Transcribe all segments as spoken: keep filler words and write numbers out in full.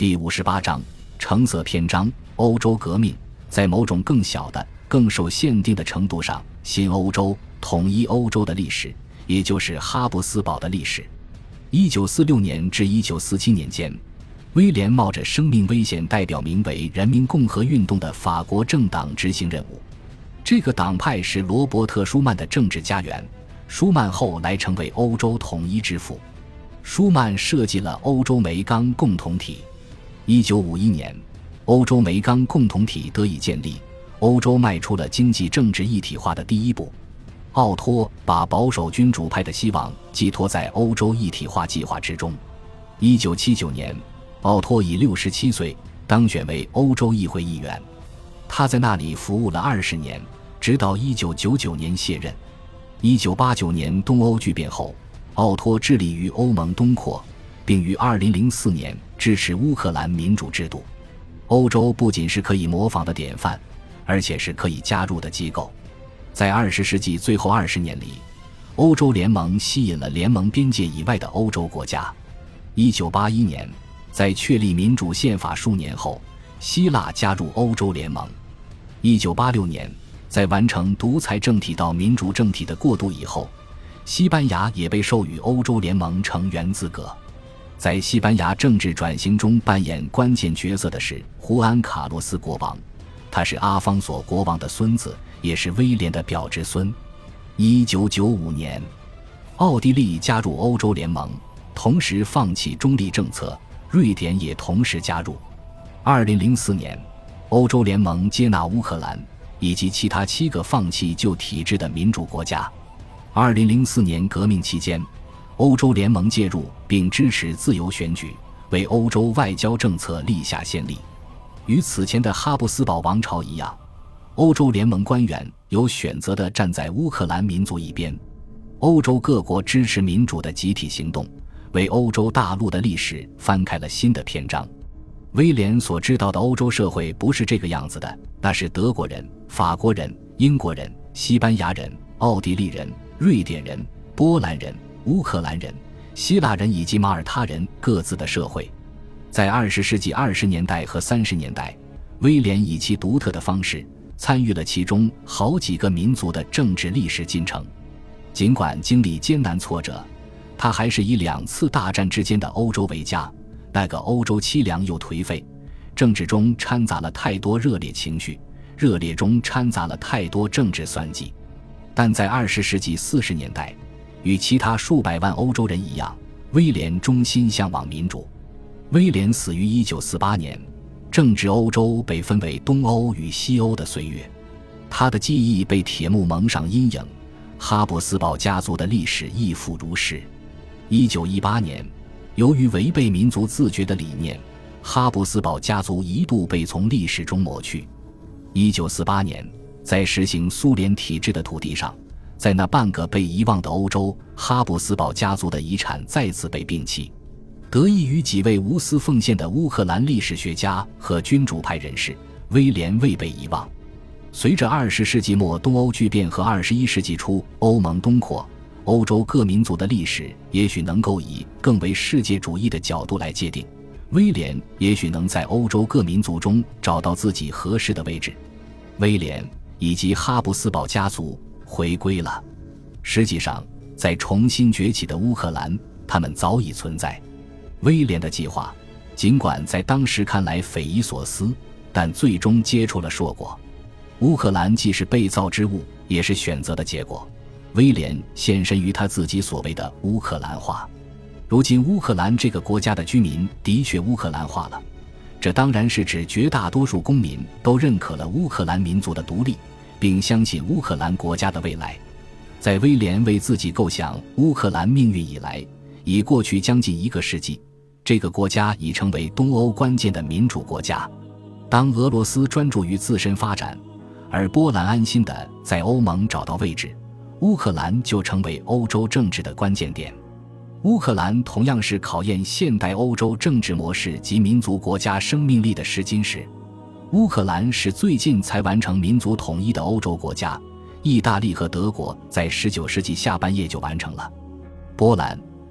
第五十八章橙色篇章：欧洲革命。在某种更小的、更受限定的程度上，新欧洲、统一欧洲的历史，也就是哈布斯堡的历史。一九四六年至一九四七年间，威廉冒着生命危险代表名为人民共和运动的法国政党执行任务。这个党派是罗伯特·舒曼的政治家园，舒曼后来成为欧洲统一之父。舒曼设计了欧洲煤钢共同体。一九五一年，欧洲煤钢共同体得以建立，欧洲迈出了经济政治一体化的第一步。奥托把保守君主派的希望寄托在欧洲一体化计划之中。一九七九年，奥托以六十七岁当选为欧洲议会议员，他在那里服务了二十年，直到一九九九年卸任。一九八九年东欧剧变后，奥托致力于欧盟东扩，并于二零零四年支持乌克兰民主制度。欧洲不仅是可以模仿的典范，而且是可以加入的机构。在二十世纪最后二十年里，欧洲联盟吸引了联盟边界以外的欧洲国家。一九八一年，在确立民主宪法数年后，希腊加入欧洲联盟。一九八六年，在完成独裁政体到民主政体的过渡以后，西班牙也被授予欧洲联盟成员资格。在西班牙政治转型中扮演关键角色的是胡安·卡洛斯国王，他是阿方索国王的孙子，也是威廉的表侄孙。一九九五年，奥地利加入欧洲联盟，同时放弃中立政策，瑞典也同时加入。二零零四年，欧洲联盟接纳乌克兰以及其他七个放弃旧体制的民主国家。二零零四年革命期间，欧洲联盟介入并支持自由选举，为欧洲外交政策立下先例。与此前的哈布斯堡王朝一样，欧洲联盟官员有选择地站在乌克兰民族一边。欧洲各国支持民主的集体行动，为欧洲大陆的历史翻开了新的篇章。威廉所知道的欧洲社会不是这个样子的，那是德国人、法国人、英国人、西班牙人、奥地利人、瑞典人、波兰人、乌克兰人、希腊人以及马耳他人各自的社会。在二十世纪二十年代和三十年代，威廉以其独特的方式参与了其中好几个民族的政治历史进程。尽管经历艰难挫折，他还是以两次大战之间的欧洲为家。那个欧洲凄凉又颓废，政治中掺杂了太多热烈情绪，热烈中掺杂了太多政治算计。但在二十世纪四十年代，与其他数百万欧洲人一样，威廉衷心向往民主。威廉死于一九四八年，正值欧洲被分为东欧与西欧的岁月，他的记忆被铁幕蒙上阴影，哈布斯堡家族的历史亦复如是。一九一八年，由于违背民族自觉的理念，哈布斯堡家族一度被从历史中抹去。一九四八年，在实行苏联体制的土地上，在那半个被遗忘的欧洲，哈布斯堡家族的遗产再次被摒弃。得益于几位无私奉献的乌克兰历史学家和君主派人士，威廉未被遗忘。随着二十世纪末东欧剧变和二十一世纪初欧盟东扩，欧洲各民族的历史也许能够以更为世界主义的角度来界定，威廉也许能在欧洲各民族中找到自己合适的位置。威廉以及哈布斯堡家族回归了。实际上，在重新崛起的乌克兰，他们早已存在。威廉的计划尽管在当时看来匪夷所思，但最终结出了硕果。乌克兰既是被造之物，也是选择的结果。威廉献身于他自己所谓的乌克兰化。如今乌克兰这个国家的居民的确乌克兰化了，这当然是指绝大多数公民都认可了乌克兰民族的独立，并相信乌克兰国家的未来。在威廉为自己构想乌克兰命运以来，已过去将近一个世纪，这个国家已成为东欧关键的民主国家。当俄罗斯专注于自身发展，而波兰安心地在欧盟找到位置，乌克兰就成为欧洲政治的关键点。乌克兰同样是考验现代欧洲政治模式及民族国家生命力的试金石。乌克兰是最近才完成民族统一的欧洲国家，意大利和德国在十九世纪下半叶就完成了。波兰、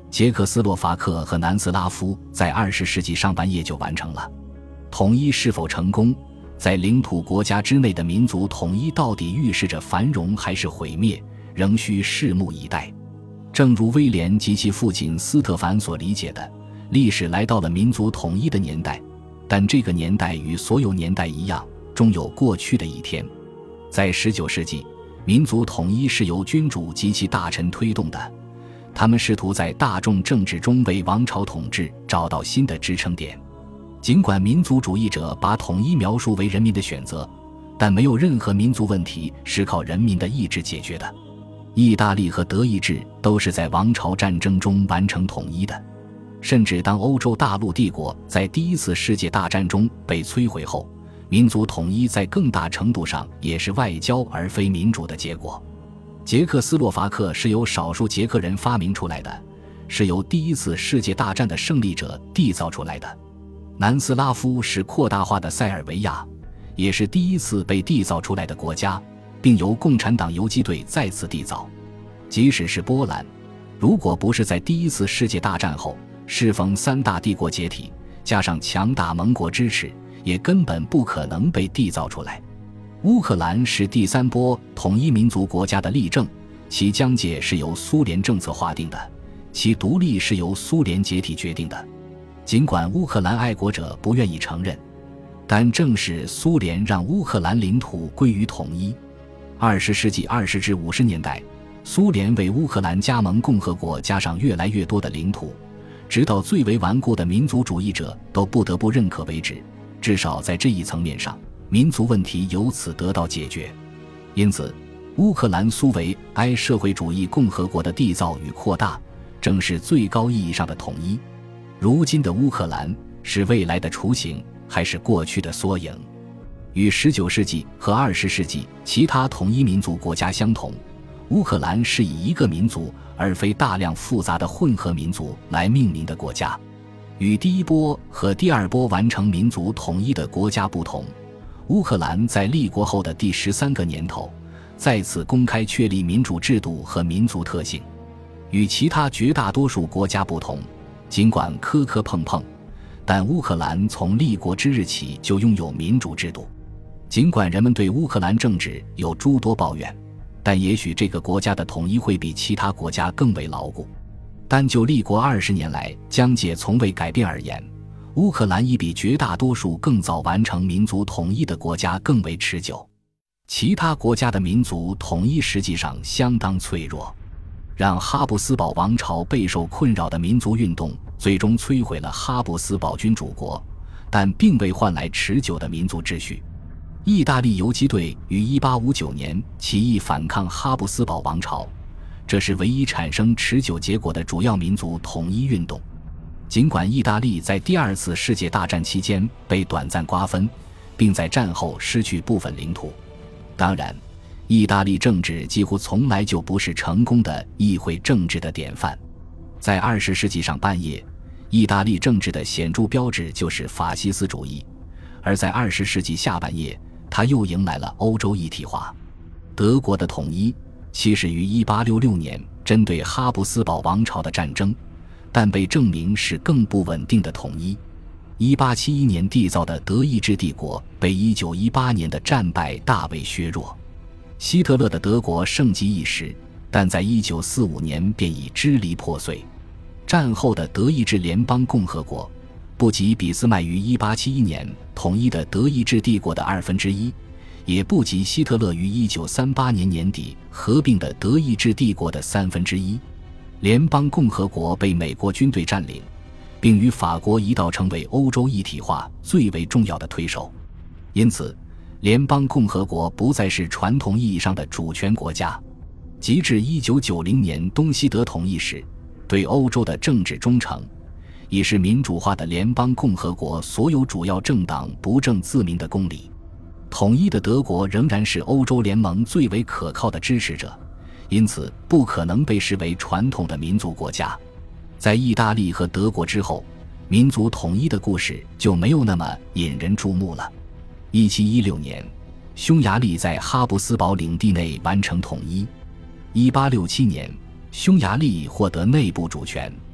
捷克斯洛伐克和南斯拉夫在二十世纪上半叶就完成了。统一是否成功，在领土国家之内的民族统一到底预示着繁荣还是毁灭，仍需拭目以待。正如威廉及其父亲斯特凡所理解的，历史来到了民族统一的年代，但这个年代与所有年代一样，终有过去的一天。在十九世纪，民族统一是由君主及其大臣推动的，他们试图在大众政治中为王朝统治找到新的支撑点。尽管民族主义者把统一描述为人民的选择，但没有任何民族问题是靠人民的意志解决的。意大利和德意志都是在王朝战争中完成统一的，甚至当欧洲大陆帝国在第一次世界大战中被摧毁后，民族统一在更大程度上也是外交而非民主的结果。捷克斯洛伐克是由少数捷克人发明出来的，是由第一次世界大战的胜利者缔造出来的。南斯拉夫是扩大化的塞尔维亚，也是第一次被缔造出来的国家，并由共产党游击队再次缔造。即使是波兰，如果不是在第一次世界大战后适逢三大帝国解体，加上强大盟国支持，也根本不可能被缔造出来。乌克兰是第三波统一民族国家的例证，其疆界是由苏联政策划定的，其独立是由苏联解体决定的。尽管乌克兰爱国者不愿意承认，但正是苏联让乌克兰领土归于统一。二十世纪二十至五十年代，苏联为乌克兰加盟共和国加上越来越多的领土，直到最为顽固的民族主义者都不得不认可为止。至少在这一层面上，民族问题由此得到解决。因此，乌克兰苏维埃社会主义共和国的缔造与扩大，正是最高意义上的统一。如今的乌克兰是未来的雏形，还是过去的缩影？与十九世纪和二十世纪其他统一民族国家相同，乌克兰是以一个民族而非大量复杂的混合民族来命名的国家。与第一波和第二波完成民族统一的国家不同，乌克兰在立国后的第十三个年头再次公开确立民主制度和民族特性。与其他绝大多数国家不同，尽管磕磕碰碰，但乌克兰从立国之日起就拥有民主制度。尽管人们对乌克兰政治有诸多抱怨，但也许这个国家的统一会比其他国家更为牢固。单就立国二十年来疆界从未改变而言，乌克兰已比绝大多数更早完成民族统一的国家更为持久。其他国家的民族统一实际上相当脆弱。让哈布斯堡王朝备受困扰的民族运动最终摧毁了哈布斯堡君主国，但并未换来持久的民族秩序。意大利游击队于一八五九年起义反抗哈布斯堡王朝，这是唯一产生持久结果的主要民族统一运动。尽管意大利在第二次世界大战期间被短暂瓜分，并在战后失去部分领土，当然意大利政治几乎从来就不是成功的议会政治的典范。在二十世纪上半叶，意大利政治的显著标志就是法西斯主义，而在二十世纪下半叶，它又迎来了欧洲一体化。德国的统一起始于一八六六年针对哈布斯堡王朝的战争，但被证明是更不稳定的统一。一八七一年缔造的德意志帝国被一九一八年的战败大为削弱。希特勒的德国盛极一时，但在一九四五年便已支离破碎。战后的德意志联邦共和国不及俾斯麦于一八七一年统一的德意志帝国的二分之一，也不及希特勒于一九三八年年底合并的德意志帝国的三分之一。联邦共和国被美国军队占领，并与法国一道成为欧洲一体化最为重要的推手。因此联邦共和国不再是传统意义上的主权国家。及至一九九零年东西德统一时，对欧洲的政治忠诚已是民主化的联邦共和国所有主要政党不证自明的公理。统一的德国仍然是欧洲联盟最为可靠的支持者，因此不可能被视为传统的民族国家。在意大利和德国之后，民族统一的故事就没有那么引人注目了。一七一六年，匈牙利在哈布斯堡领地内完成统一。一八六七年，匈牙利获得内部主权。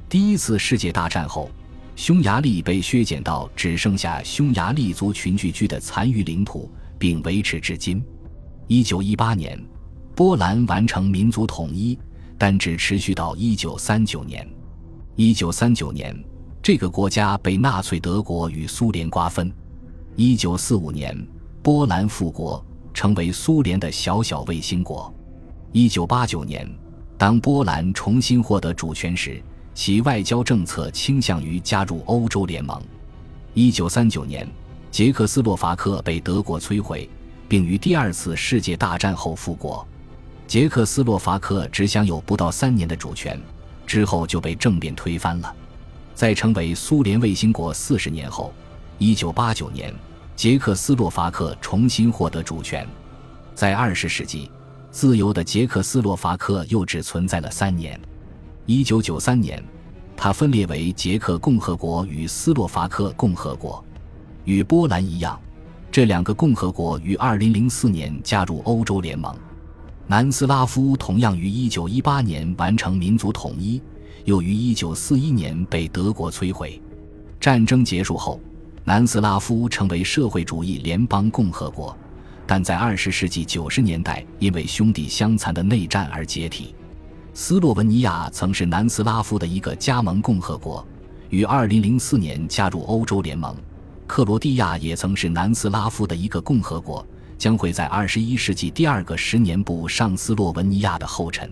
第一次世界大战后，匈牙利被削减到只剩下匈牙利族群聚居的残余领土，并维持至今。一九一八年，波兰完成民族统一，但只持续到一九三九年。一九三九年，这个国家被纳粹德国与苏联瓜分。一九四五年，波兰复国，成为苏联的小小卫星国。一九八九年，当波兰重新获得主权时，其外交政策倾向于加入欧洲联盟。一九三九年，捷克斯洛伐克被德国摧毁，并于第二次世界大战后复国。捷克斯洛伐克只享有不到三年的主权，之后就被政变推翻了。在成为苏联卫星国四十年后，一九八九年，捷克斯洛伐克重新获得主权。在二十世纪，自由的捷克斯洛伐克又只存在了三年。一九九三年，它分裂为捷克共和国与斯洛伐克共和国。与波兰一样，这两个共和国于二零零四年加入欧洲联盟。南斯拉夫同样于一九一八年完成民族统一，又于一九四一年被德国摧毁。战争结束后，南斯拉夫成为社会主义联邦共和国，但在二十世纪九十年代因为兄弟相残的内战而解体。斯洛文尼亚曾是南斯拉夫的一个加盟共和国，于二零零四年加入欧洲联盟。克罗地亚也曾是南斯拉夫的一个共和国，将会在二十一世纪第二个十年步上斯洛文尼亚的后尘。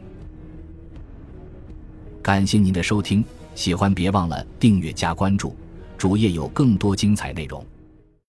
感谢您的收听，喜欢别忘了订阅加关注，主页有更多精彩内容。